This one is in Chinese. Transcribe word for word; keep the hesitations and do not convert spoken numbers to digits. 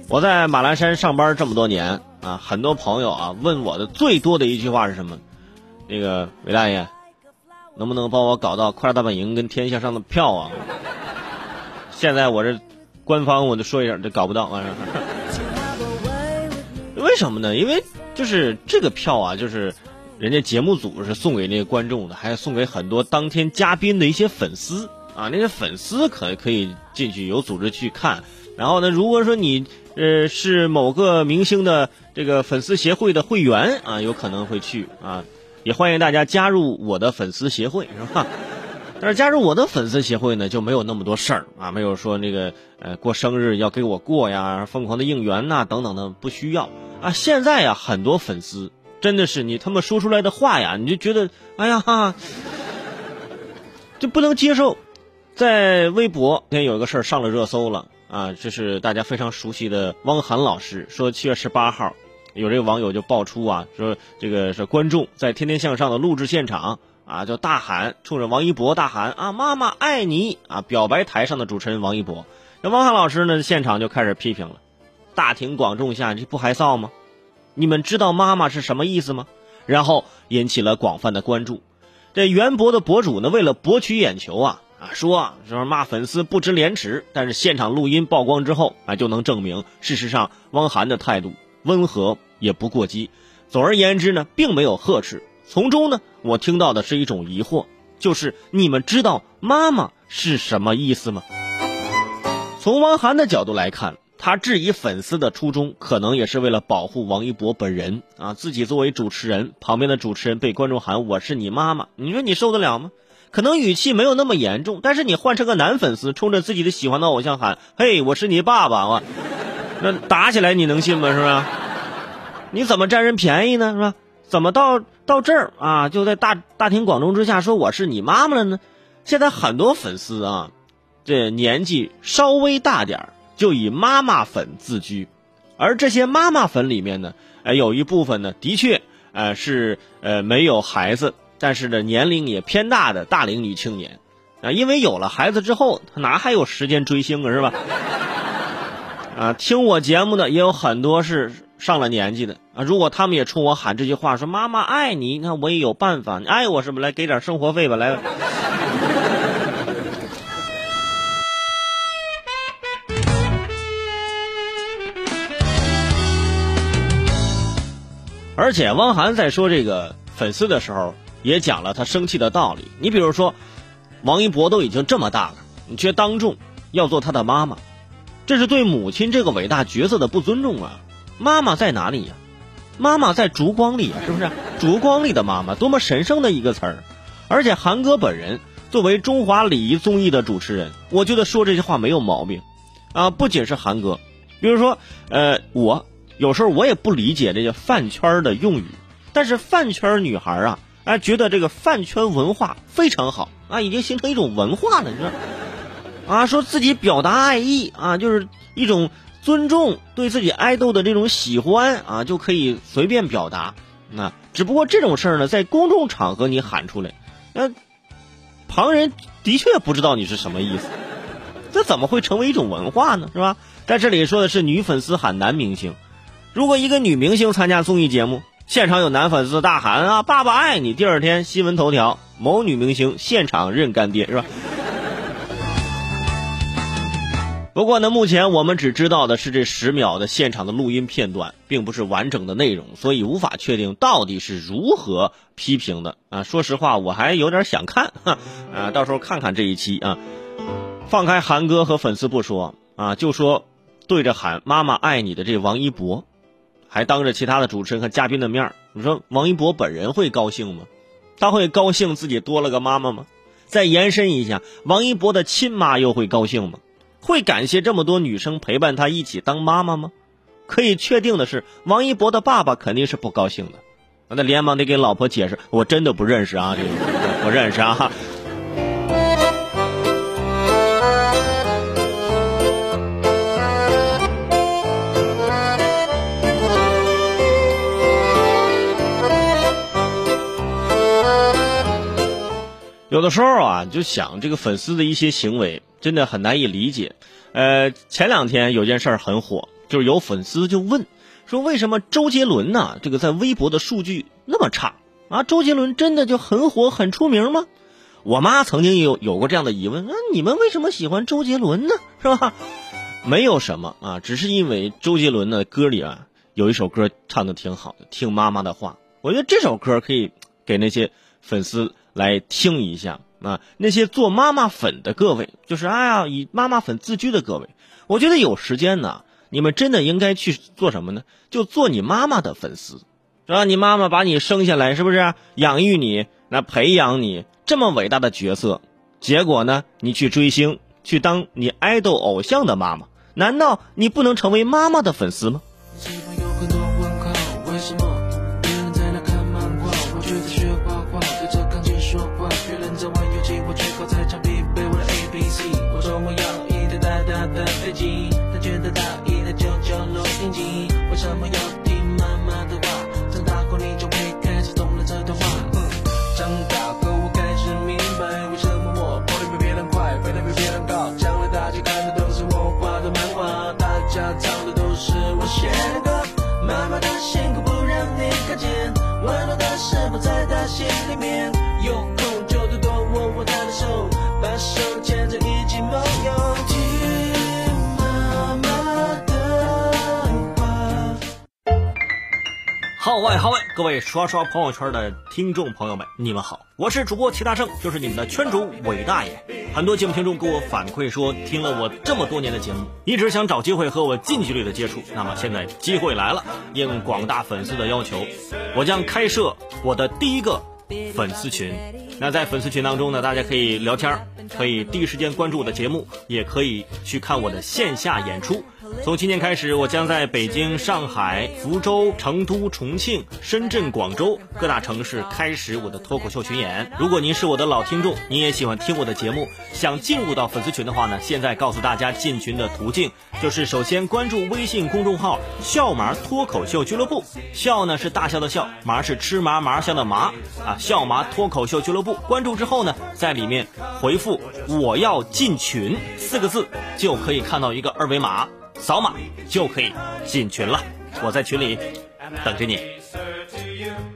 我在马栏山上班这么多年啊，很多朋友啊问我的最多的一句话是什么？那个韦大爷，能不能帮我搞到快乐大本营跟天向上的票啊？现在我这官方我就说一声，这搞不到啊。为什么呢？因为就是这个票啊，就是人家节目组是送给那个观众的，还送给很多当天嘉宾的一些粉丝啊，那些粉丝可可以进去有组织去看。然后呢，如果说你呃是某个明星的这个粉丝协会的会员啊，有可能会去啊，也欢迎大家加入我的粉丝协会，是吧？但是加入我的粉丝协会呢，就没有那么多事儿啊，没有说那个呃过生日要给我过呀，疯狂的应援呐等等的，不需要啊。现在呀，很多粉丝真的是你他们说出来的话呀，你就觉得哎呀哈，就不能接受。在微博今天有一个事儿上了热搜了啊，这是大家非常熟悉的汪涵老师说，七月十八号有这个网友就爆出啊，说这个是观众在天天向上的录制现场啊，就大喊，冲着王一博大喊啊，妈妈爱你啊，表白台上的主持人王一博。那汪涵老师呢，现场就开始批评了，大庭广众下这不害臊吗？你们知道妈妈是什么意思吗？然后引起了广泛的关注。这袁博的博主呢，为了博取眼球啊啊说啊说骂粉丝不知廉耻，但是现场录音曝光之后啊，就能证明事实上汪涵的态度温和也不过激。总而言之呢，并没有呵斥。从中呢，我听到的是一种疑惑，就是你们知道妈妈是什么意思吗？从汪涵的角度来看，他质疑粉丝的初衷可能也是为了保护王一博本人啊，自己作为主持人，旁边的主持人被观众喊我是你妈妈，你说你受得了吗？可能语气没有那么严重，但是你换成个男粉丝冲着自己的喜欢的偶像喊嘿我是你爸爸啊，那打起来你能信吗？是吧？你怎么占人便宜呢？是吧？怎么到到这儿啊就在大大庭广众之下说我是你妈妈了呢？现在很多粉丝啊，这年纪稍微大点就以妈妈粉自居，而这些妈妈粉里面呢，呃，有一部分呢的确呃是呃没有孩子，但是呢年龄也偏大的大龄女青年啊，因为有了孩子之后，他哪还有时间追星啊，是吧？啊，听我节目的也有很多是上了年纪的啊，如果他们也冲我喊这句话说妈妈爱你，那我也有办法，你爱我什么？来给点生活费吧，来吧。而且汪涵在说这个粉丝的时候也讲了他生气的道理，你比如说王一博都已经这么大了，你却当众要做他的妈妈，这是对母亲这个伟大角色的不尊重啊！妈妈在哪里呀？妈妈在烛光里啊，是不是？烛光里的妈妈，多么神圣的一个词儿！而且韩哥本人作为中华礼仪综艺的主持人，我觉得说这些话没有毛病啊！不仅是韩哥，比如说呃，我有时候我也不理解这些饭圈的用语，但是饭圈女孩啊，哎，觉得这个饭圈文化非常好啊，已经形成一种文化了，你说啊，说自己表达爱意啊，就是一种尊重对自己爱豆的这种喜欢啊，就可以随便表达。那只不过这种事儿呢，在公众场合你喊出来，那旁人的确不知道你是什么意思，这怎么会成为一种文化呢？是吧？在这里说的是女粉丝喊男明星，如果一个女明星参加综艺节目，现场有男粉丝大喊啊爸爸爱你，第二天新闻头条某女明星现场认干爹，是吧？不过呢，目前我们只知道的是这十秒的现场的录音片段，并不是完整的内容，所以无法确定到底是如何批评的啊。说实话，我还有点想看啊，到时候看看这一期啊。放开韩哥和粉丝不说啊，就说对着喊妈妈爱你的这王一博，还当着其他的主持人和嘉宾的面，你说王一博本人会高兴吗？他会高兴自己多了个妈妈吗？再延伸一下，王一博的亲妈又会高兴吗？会感谢这么多女生陪伴他一起当妈妈吗？可以确定的是，王一博的爸爸肯定是不高兴的，那连忙得给老婆解释，我真的不认识啊，这个不认识啊。有的时候啊，就想这个粉丝的一些行为真的很难以理解。呃，前两天有件事儿很火就是有粉丝就问说，为什么周杰伦呢这个在微博的数据那么差啊？周杰伦真的就很火很出名吗？我妈曾经也有有过这样的疑问，啊，你们为什么喜欢周杰伦呢？是吧？没有什么啊，只是因为周杰伦的歌里啊有一首歌唱的挺好的，听妈妈的话。我觉得这首歌可以给那些粉丝来听一下啊，那些做妈妈粉的各位，就是哎呀以妈妈粉自居的各位，我觉得有时间呢，你们真的应该去做什么呢？就做你妈妈的粉丝，是吧？你妈妈把你生下来，是不是养育你，那培养你这么伟大的角色，结果呢，你去追星，去当你爱豆偶像的妈妈，难道你不能成为妈妈的粉丝吗？ 为什么要听妈妈的话？长大后你就会开始懂了这段话。长大后我开始明白，为什么我跑得比别人快，飞得比别人高。将来大家看的都是我画的漫画，大家唱的都是我写的歌。妈妈的辛苦不让你看见，温暖的事不在她心里面。有空就多多握握她的手，把手牵着一起梦游。 号外号外！各位刷刷朋友圈的听众朋友们，你们好，我是主播齐大圣，就是你们的圈主伟大爷。很多节目听众给我反馈说，听了我这么多年的节目，一直想找机会和我近距离的接触。那么现在机会来了，应广大粉丝的要求，我将开设我的第一个粉丝群。那在粉丝群当中呢，大家可以聊天，可以第一时间关注我的节目，也可以去看我的线下演出。从今天开始，我将在北京、上海、福州、成都、重庆、深圳、广州各大城市开始我的脱口秀巡演。如果您是我的老听众，您也喜欢听我的节目，想进入到粉丝群的话呢，现在告诉大家进群的途径，就是首先关注微信公众号笑麻脱口秀俱乐部。笑呢是大笑的笑，麻是吃麻麻香的麻啊，笑麻脱口秀俱乐部。关注之后呢，在里面回复我要进群四个字，就可以看到一个二维码，扫码就可以进群了，我在群里等着你。